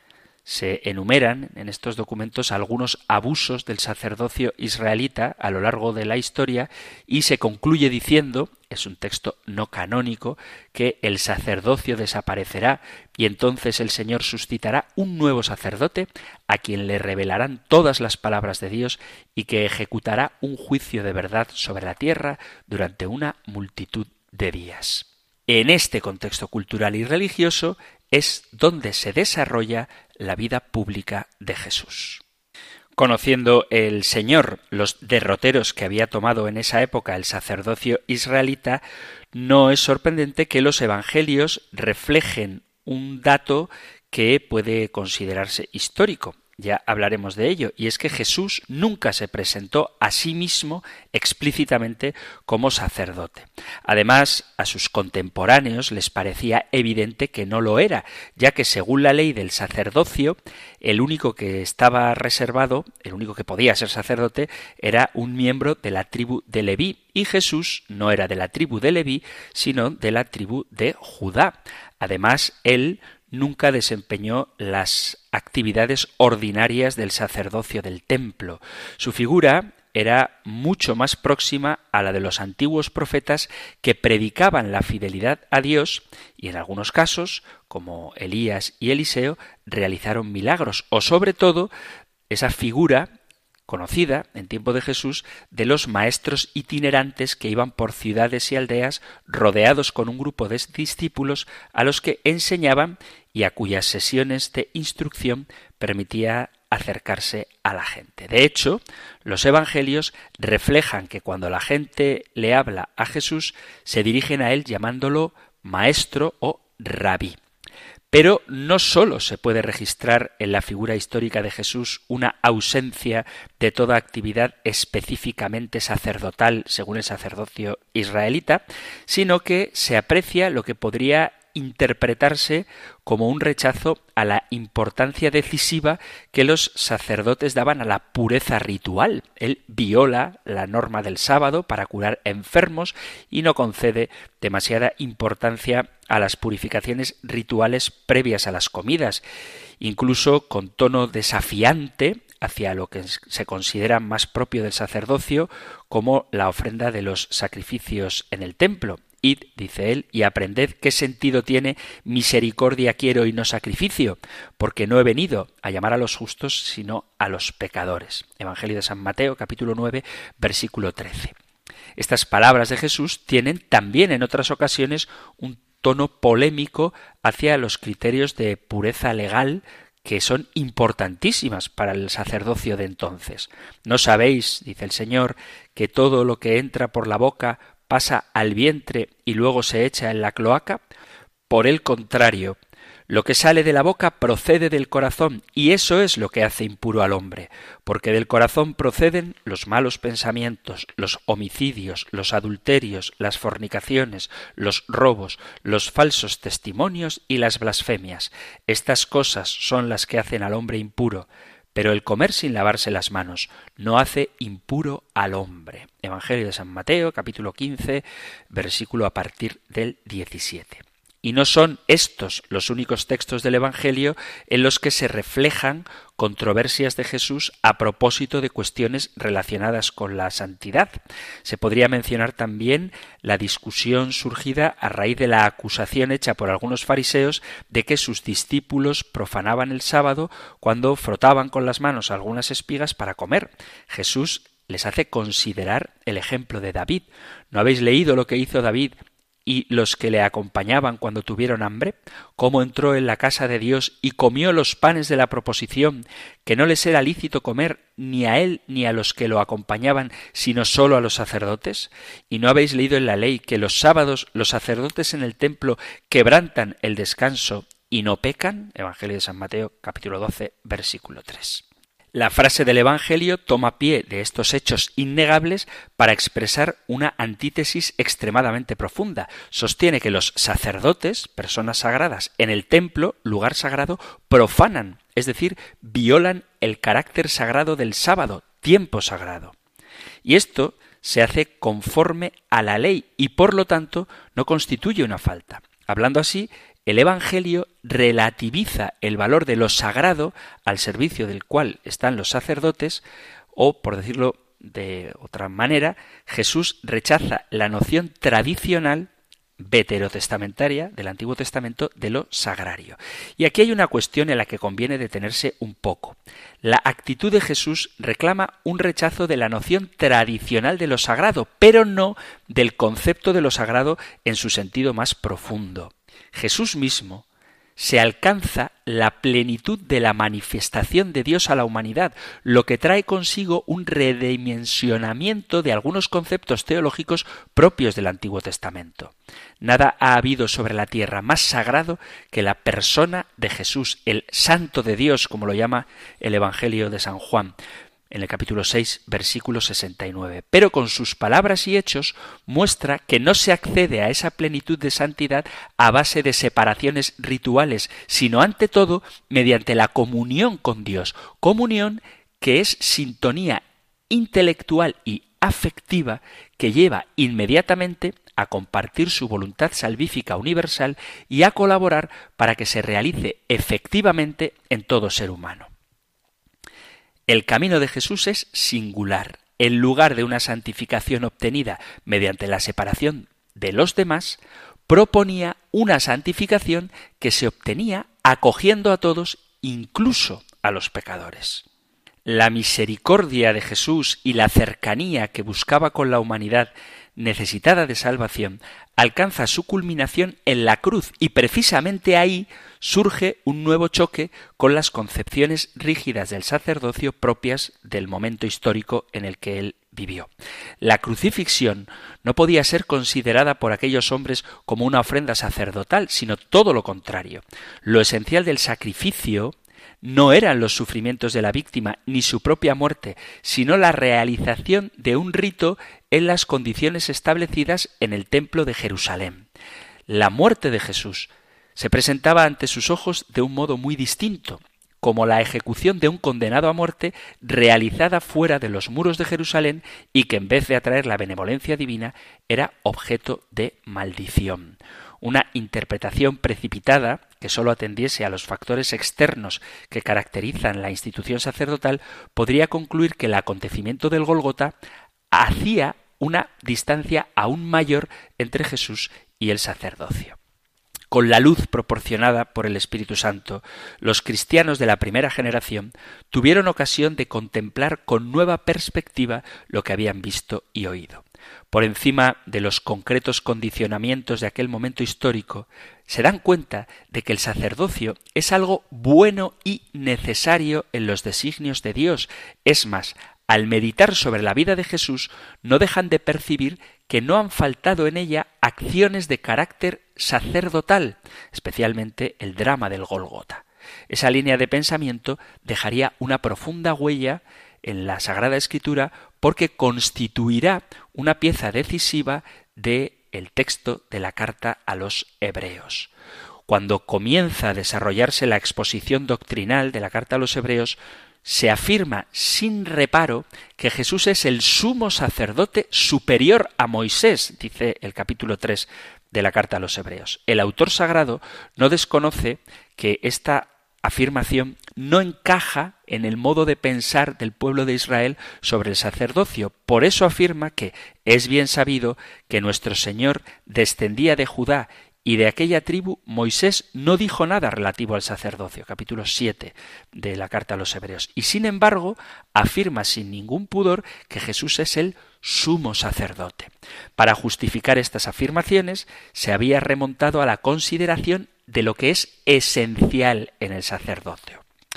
Se enumeran en estos documentos algunos abusos del sacerdocio israelita a lo largo de la historia y se concluye diciendo, es un texto no canónico, que el sacerdocio desaparecerá y entonces el Señor suscitará un nuevo sacerdote a quien le revelarán todas las palabras de Dios y que ejecutará un juicio de verdad sobre la tierra durante una multitud de días. En este contexto cultural y religioso es donde se desarrolla la vida pública de Jesús. Conociendo el Señor los derroteros que había tomado en esa época el sacerdocio israelita, no es sorprendente que los evangelios reflejen un dato que puede considerarse histórico. Ya hablaremos de ello, y es que Jesús nunca se presentó a sí mismo explícitamente como sacerdote. Además, a sus contemporáneos les parecía evidente que no lo era, ya que según la ley del sacerdocio, el único que estaba reservado, el único que podía ser sacerdote, era un miembro de la tribu de Leví, y Jesús no era de la tribu de Leví, sino de la tribu de Judá. Además, él nunca desempeñó las actividades ordinarias del sacerdocio del templo. Su figura era mucho más próxima a la de los antiguos profetas que predicaban la fidelidad a Dios y en algunos casos, como Elías y Eliseo, realizaron milagros, o sobre todo esa figura conocida en tiempo de Jesús de los maestros itinerantes que iban por ciudades y aldeas rodeados con un grupo de discípulos a los que enseñaban y a cuyas sesiones de instrucción permitía acercarse a la gente. De hecho, los evangelios reflejan que cuando la gente le habla a Jesús, se dirigen a él llamándolo maestro o rabí. Pero no sólo se puede registrar en la figura histórica de Jesús una ausencia de toda actividad específicamente sacerdotal según el sacerdocio israelita, sino que se aprecia lo que podría interpretarse como un rechazo a la importancia decisiva que los sacerdotes daban a la pureza ritual. Él viola la norma del sábado para curar enfermos y no concede demasiada importancia a las purificaciones rituales previas a las comidas, incluso con tono desafiante hacia lo que se considera más propio del sacerdocio, como la ofrenda de los sacrificios en el templo. Id, dice él, y aprended qué sentido tiene misericordia quiero y no sacrificio, porque no he venido a llamar a los justos, sino a los pecadores. Evangelio de San Mateo, capítulo 9, versículo 13. Estas palabras de Jesús tienen también en otras ocasiones un tono polémico hacia los criterios de pureza legal que son importantísimas para el sacerdocio de entonces. ¿No sabéis, dice el Señor, que todo lo que entra por la boca pasa al vientre y luego se echa en la cloaca? Por el contrario, lo que sale de la boca procede del corazón, y eso es lo que hace impuro al hombre, porque del corazón proceden los malos pensamientos, los homicidios, los adulterios, las fornicaciones, los robos, los falsos testimonios y las blasfemias. Estas cosas son las que hacen al hombre impuro, Pero el comer sin lavarse las manos no hace impuro al hombre. Evangelio de San Mateo, capítulo 15, versículo a partir del 17. Y no son estos los únicos textos del Evangelio en los que se reflejan controversias de Jesús a propósito de cuestiones relacionadas con la santidad. Se podría mencionar también la discusión surgida a raíz de la acusación hecha por algunos fariseos de que sus discípulos profanaban el sábado cuando frotaban con las manos algunas espigas para comer. Jesús les hace considerar el ejemplo de David. ¿No habéis leído lo que hizo David y los que le acompañaban cuando tuvieron hambre? Cómo entró en la casa de Dios y comió los panes de la proposición, que no les era lícito comer ni a él ni a los que lo acompañaban, sino solo a los sacerdotes. ¿Y no habéis leído en la ley que los sábados los sacerdotes en el templo quebrantan el descanso y no pecan? Evangelio de San Mateo, capítulo 12, versículo 3. La frase del Evangelio toma pie de estos hechos innegables para expresar una antítesis extremadamente profunda. Sostiene que los sacerdotes, personas sagradas, en el templo, lugar sagrado, profanan, es decir, violan el carácter sagrado del sábado, tiempo sagrado. Y esto se hace conforme a la ley y, por lo tanto, no constituye una falta. Hablando así, el Evangelio relativiza el valor de lo sagrado al servicio del cual están los sacerdotes, o, por decirlo de otra manera, Jesús rechaza la noción tradicional veterotestamentaria del Antiguo Testamento de lo sagrario. Y aquí hay una cuestión en la que conviene detenerse un poco. La actitud de Jesús reclama un rechazo de la noción tradicional de lo sagrado, pero no del concepto de lo sagrado en su sentido más profundo. Jesús mismo se alcanza la plenitud de la manifestación de Dios a la humanidad, lo que trae consigo un redimensionamiento de algunos conceptos teológicos propios del Antiguo Testamento. Nada ha habido sobre la tierra más sagrado que la persona de Jesús, el Santo de Dios, como lo llama el Evangelio de San Juan, en el capítulo 6, versículo 69. Pero con sus palabras y hechos muestra que no se accede a esa plenitud de santidad a base de separaciones rituales, sino ante todo mediante la comunión con Dios. Comunión que es sintonía intelectual y afectiva que lleva inmediatamente a compartir su voluntad salvífica universal y a colaborar para que se realice efectivamente en todo ser humano. El camino de Jesús es singular. En lugar de una santificación obtenida mediante la separación de los demás, proponía una santificación que se obtenía acogiendo a todos, incluso a los pecadores. La misericordia de Jesús y la cercanía que buscaba con la humanidad necesitada de salvación alcanza su culminación en la cruz y precisamente ahí surge un nuevo choque con las concepciones rígidas del sacerdocio propias del momento histórico en el que él vivió. La crucifixión no podía ser considerada por aquellos hombres como una ofrenda sacerdotal, sino todo lo contrario. Lo esencial del sacrificio no eran los sufrimientos de la víctima ni su propia muerte, sino la realización de un rito en las condiciones establecidas en el templo de Jerusalén. La muerte de Jesús se presentaba ante sus ojos de un modo muy distinto, como la ejecución de un condenado a muerte realizada fuera de los muros de Jerusalén y que en vez de atraer la benevolencia divina era objeto de maldición. Una interpretación precipitada que sólo atendiese a los factores externos que caracterizan la institución sacerdotal podría concluir que el acontecimiento del Gólgota hacía una distancia aún mayor entre Jesús y el sacerdocio. Con la luz proporcionada por el Espíritu Santo, los cristianos de la primera generación tuvieron ocasión de contemplar con nueva perspectiva lo que habían visto y oído. Por encima de los concretos condicionamientos de aquel momento histórico, se dan cuenta de que el sacerdocio es algo bueno y necesario en los designios de Dios. Es más, al meditar sobre la vida de Jesús, no dejan de percibir que no han faltado en ella acciones de carácter sacerdotal, especialmente el drama del Gólgota. Esa línea de pensamiento dejaría una profunda huella en la Sagrada Escritura porque constituirá una pieza decisiva del texto de la carta a los Hebreos. Cuando comienza a desarrollarse la exposición doctrinal de la carta a los Hebreos, se afirma sin reparo que Jesús es el sumo sacerdote superior a Moisés, dice el capítulo 3 de la carta a los Hebreos. El autor sagrado no desconoce que esta afirmación no encaja en el modo de pensar del pueblo de Israel sobre el sacerdocio. Por eso afirma que es bien sabido que nuestro Señor descendía de Judá y de aquella tribu Moisés no dijo nada relativo al sacerdocio, capítulo 7 de la carta a los Hebreos. Y sin embargo, afirma sin ningún pudor que Jesús es el sumo sacerdote. Para justificar estas afirmaciones, se había remontado a la consideración de lo que es esencial en el sacerdocio.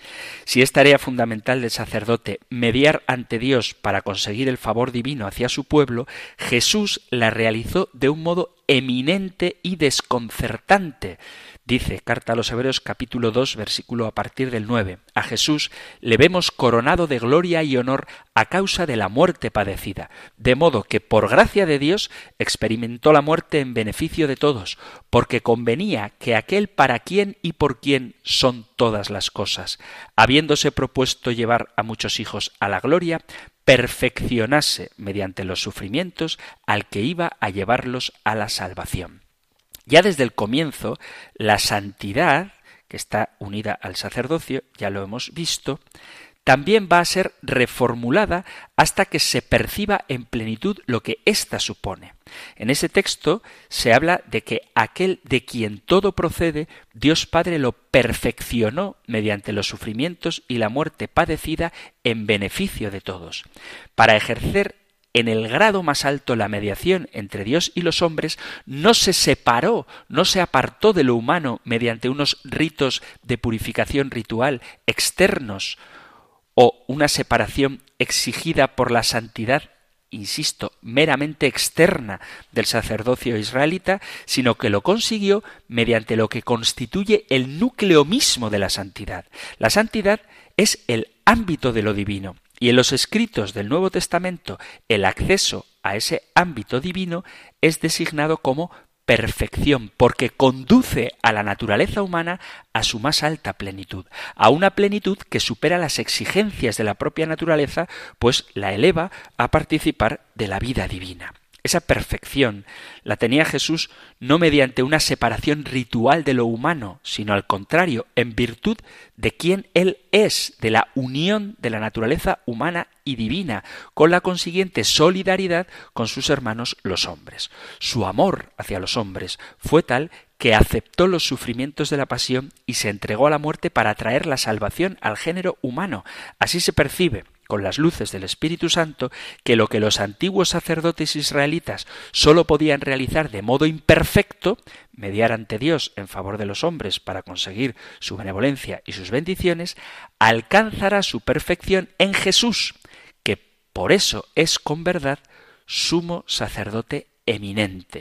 Si es tarea fundamental del sacerdote mediar ante Dios para conseguir el favor divino hacia su pueblo, Jesús la realizó de un modo eminente y desconcertante. Dice, carta a los Hebreos capítulo 2, versículo a partir del 9. A Jesús le vemos coronado de gloria y honor a causa de la muerte padecida, de modo que por gracia de Dios experimentó la muerte en beneficio de todos, porque convenía que aquel para quien y por quien son todas las cosas, habiéndose propuesto llevar a muchos hijos a la gloria, perfeccionase mediante los sufrimientos al que iba a llevarlos a la salvación. Ya desde el comienzo, la santidad, que está unida al sacerdocio, ya lo hemos visto, también va a ser reformulada hasta que se perciba en plenitud lo que ésta supone. En ese texto se habla de que aquel de quien todo procede, Dios Padre lo perfeccionó mediante los sufrimientos y la muerte padecida en beneficio de todos. Para ejercer en el grado más alto la mediación entre Dios y los hombres, no se separó, no se apartó de lo humano mediante unos ritos de purificación ritual externos o una separación exigida por la santidad, insisto, meramente externa del sacerdocio israelita, sino que lo consiguió mediante lo que constituye el núcleo mismo de la santidad. La santidad es el ámbito de lo divino. Y en los escritos del Nuevo Testamento, el acceso a ese ámbito divino es designado como perfección, porque conduce a la naturaleza humana a su más alta plenitud, a una plenitud que supera las exigencias de la propia naturaleza, pues la eleva a participar de la vida divina. Esa perfección la tenía Jesús no mediante una separación ritual de lo humano, sino al contrario, en virtud de quien Él es, de la unión de la naturaleza humana y divina, con la consiguiente solidaridad con sus hermanos los hombres. Su amor hacia los hombres fue tal que aceptó los sufrimientos de la pasión y se entregó a la muerte para traer la salvación al género humano. Así se percibe, con las luces del Espíritu Santo, que lo que los antiguos sacerdotes israelitas sólo podían realizar de modo imperfecto, mediar ante Dios en favor de los hombres para conseguir su benevolencia y sus bendiciones, alcanzará su perfección en Jesús, que por eso es con verdad sumo sacerdote eminente.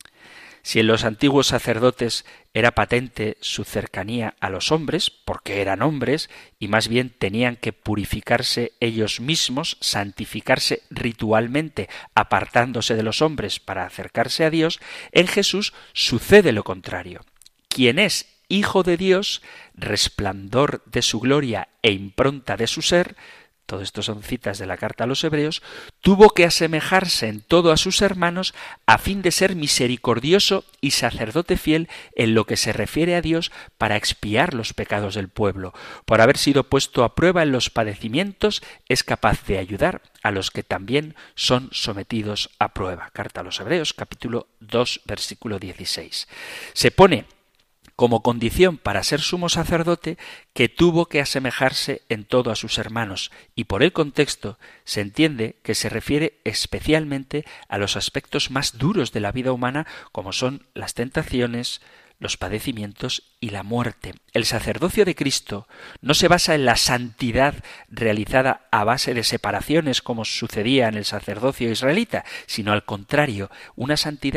Si en los antiguos sacerdotes era patente su cercanía a los hombres, porque eran hombres, y más bien tenían que purificarse ellos mismos, santificarse ritualmente, apartándose de los hombres para acercarse a Dios, en Jesús sucede lo contrario. Quien es Hijo de Dios, resplandor de su gloria e impronta de su ser, todo esto son citas de la carta a los Hebreos, tuvo que asemejarse en todo a sus hermanos a fin de ser misericordioso y sacerdote fiel en lo que se refiere a Dios para expiar los pecados del pueblo. Por haber sido puesto a prueba en los padecimientos, es capaz de ayudar a los que también son sometidos a prueba. Carta a los Hebreos, capítulo 2, versículo 16. Se pone como condición para ser sumo sacerdote que tuvo que asemejarse en todo a sus hermanos, y por el contexto se entiende que se refiere especialmente a los aspectos más duros de la vida humana, como son las tentaciones, los padecimientos y la muerte. El sacerdocio de Cristo no se basa en la santidad realizada a base de separaciones como sucedía en el sacerdocio israelita, sino al contrario, una santidad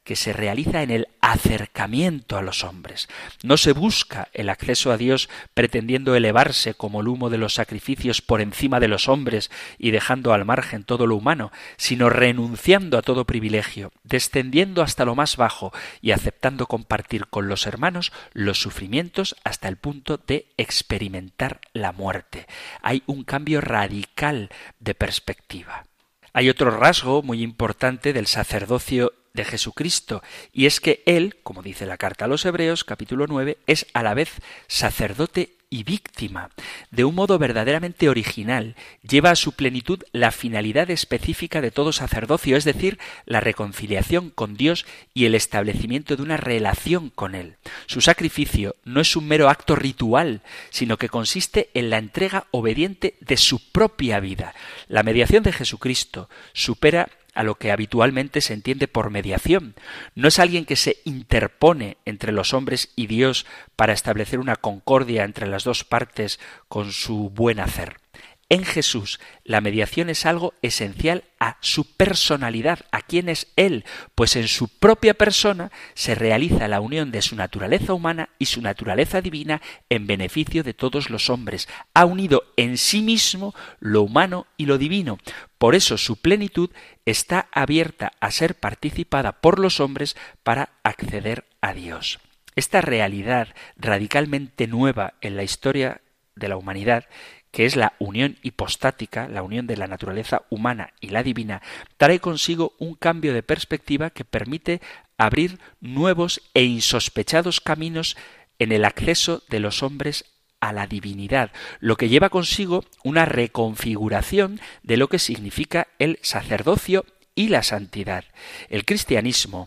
que se realiza en el acercamiento a los hombres. No se busca el acceso a Dios pretendiendo elevarse como el humo de los sacrificios por encima de los hombres y dejando al margen todo lo humano, sino renunciando a todo privilegio, descendiendo hasta lo más bajo y aceptando compartir con los hermanos los sufrimientos hasta el punto de experimentar la muerte. Hay un cambio radical de perspectiva. Hay otro rasgo muy importante del sacerdocio de Jesucristo, y es que Él, como dice la carta a los Hebreos, capítulo 9, es a la vez sacerdote y víctima. De un modo verdaderamente original, lleva a su plenitud la finalidad específica de todo sacerdocio, es decir, la reconciliación con Dios y el establecimiento de una relación con Él. Su sacrificio no es un mero acto ritual, sino que consiste en la entrega obediente de su propia vida. La mediación de Jesucristo supera a lo que habitualmente se entiende por mediación. No es alguien que se interpone entre los hombres y Dios para establecer una concordia entre las dos partes con su buen hacer. En Jesús, la mediación es algo esencial a su personalidad, a quién es Él, pues en su propia persona se realiza la unión de su naturaleza humana y su naturaleza divina en beneficio de todos los hombres. Ha unido en sí mismo lo humano y lo divino. Por eso su plenitud está abierta a ser participada por los hombres para acceder a Dios. Esta realidad radicalmente nueva en la historia de la humanidad, que es la unión hipostática, la unión de la naturaleza humana y la divina, trae consigo un cambio de perspectiva que permite abrir nuevos e insospechados caminos en el acceso de los hombres a la divinidad, lo que lleva consigo una reconfiguración de lo que significa el sacerdocio y la santidad. El cristianismo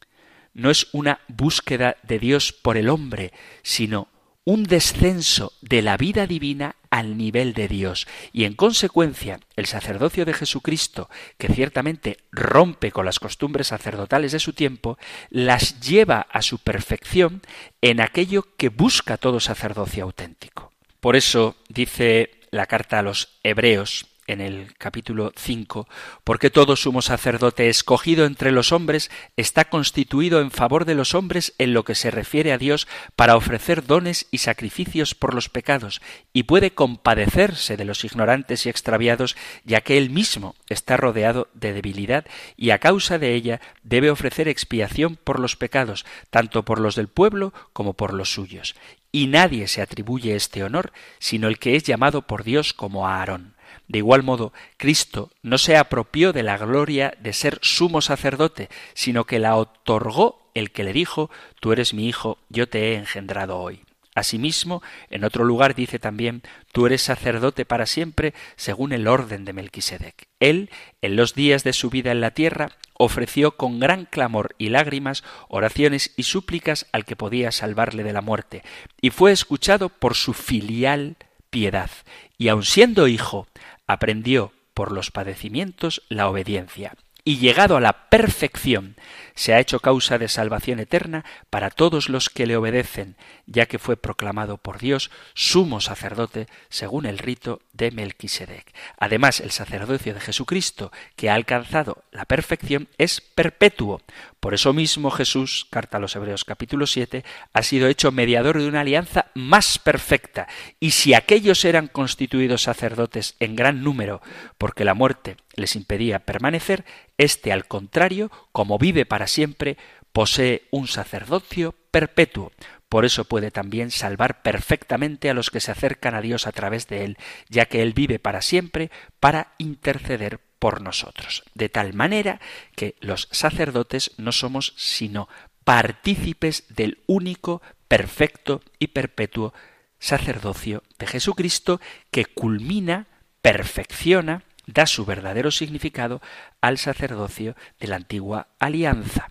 no es una búsqueda de Dios por el hombre, sino un descenso de la vida divina al nivel de Dios. Y en consecuencia, el sacerdocio de Jesucristo, que ciertamente rompe con las costumbres sacerdotales de su tiempo, las lleva a su perfección en aquello que busca todo sacerdocio auténtico. Por eso dice la carta a los Hebreos, en el capítulo 5, porque todo sumo sacerdote escogido entre los hombres está constituido en favor de los hombres en lo que se refiere a Dios para ofrecer dones y sacrificios por los pecados, y puede compadecerse de los ignorantes y extraviados, ya que él mismo está rodeado de debilidad y a causa de ella debe ofrecer expiación por los pecados, tanto por los del pueblo como por los suyos. Y nadie se atribuye este honor, sino el que es llamado por Dios como a Aarón. De igual modo, Cristo no se apropió de la gloria de ser sumo sacerdote, sino que la otorgó el que le dijo: «Tú eres mi hijo, yo te he engendrado hoy». Asimismo, en otro lugar dice también: «Tú eres sacerdote para siempre, según el orden de Melquisedec». Él, en los días de su vida en la tierra, ofreció con gran clamor y lágrimas oraciones y súplicas al que podía salvarle de la muerte, y fue escuchado por su filial piedad, y aun siendo hijo, aprendió por los padecimientos la obediencia, y llegado a la perfección, se ha hecho causa de salvación eterna para todos los que le obedecen, ya que fue proclamado por Dios sumo sacerdote según el rito de Melquisedec. Además, el sacerdocio de Jesucristo, que ha alcanzado la perfección, es perpetuo. Por eso mismo Jesús, carta a los Hebreos capítulo 7, ha sido hecho mediador de una alianza más perfecta. Y si aquellos eran constituidos sacerdotes en gran número, porque la muerte les impedía permanecer, este, al contrario, como vive para siempre, posee un sacerdocio perpetuo. Por eso puede también salvar perfectamente a los que se acercan a Dios a través de él, ya que él vive para siempre para interceder por nosotros. De tal manera que los sacerdotes no somos sino partícipes del único, perfecto y perpetuo sacerdocio de Jesucristo, que culmina, perfecciona, da su verdadero significado al sacerdocio de la antigua alianza.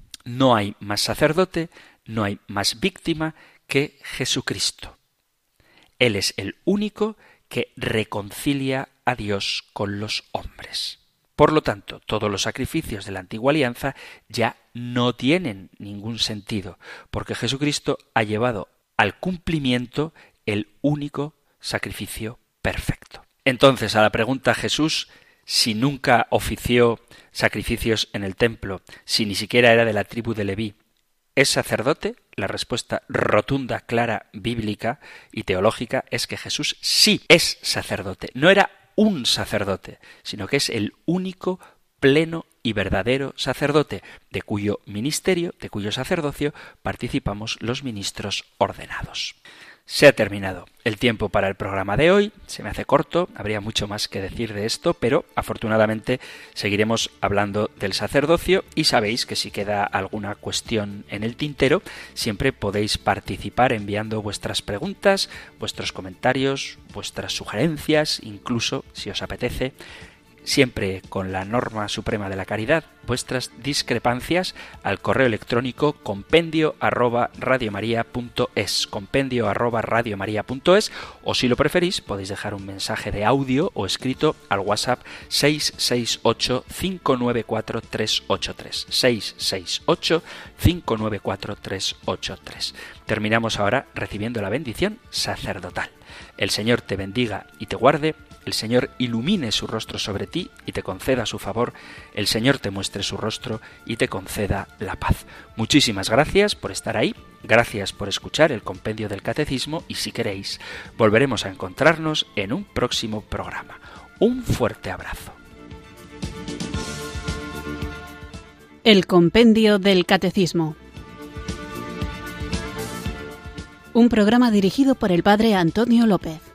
No hay más sacerdote, no hay más víctima que Jesucristo. Él es el único que reconcilia a Dios con los hombres. Por lo tanto, todos los sacrificios de la antigua alianza ya no tienen ningún sentido, porque Jesucristo ha llevado al cumplimiento el único sacrificio perfecto. Entonces, a la pregunta: Jesús, si nunca ofició sacrificios en el templo, si ni siquiera era de la tribu de Leví, ¿es sacerdote? La respuesta rotunda, clara, bíblica y teológica es que Jesús sí es sacerdote. No era un sacerdote, sino que es el único, pleno y verdadero sacerdote, de cuyo ministerio, de cuyo sacerdocio participamos los ministros ordenados. Se ha terminado el tiempo para el programa de hoy, se me hace corto, habría mucho más que decir de esto, pero afortunadamente seguiremos hablando del sacerdocio y sabéis que si queda alguna cuestión en el tintero, siempre podéis participar enviando vuestras preguntas, vuestros comentarios, vuestras sugerencias, incluso, si os apetece, siempre con la norma suprema de la caridad, vuestras discrepancias al correo electrónico compendio@radiomaria.es, compendio@radiomaria.es, o si lo preferís podéis dejar un mensaje de audio o escrito al WhatsApp 668-594-383, 668-594-383. Terminamos ahora recibiendo la bendición sacerdotal. El Señor te bendiga y te guarde, el Señor ilumine su rostro sobre ti y te conceda su favor, el Señor te muestre su rostro y te conceda la paz. Muchísimas gracias por estar ahí, gracias por escuchar el Compendio del Catecismo y si queréis, volveremos a encontrarnos en un próximo programa. Un fuerte abrazo. El Compendio del Catecismo. Un programa dirigido por el Padre Antonio López.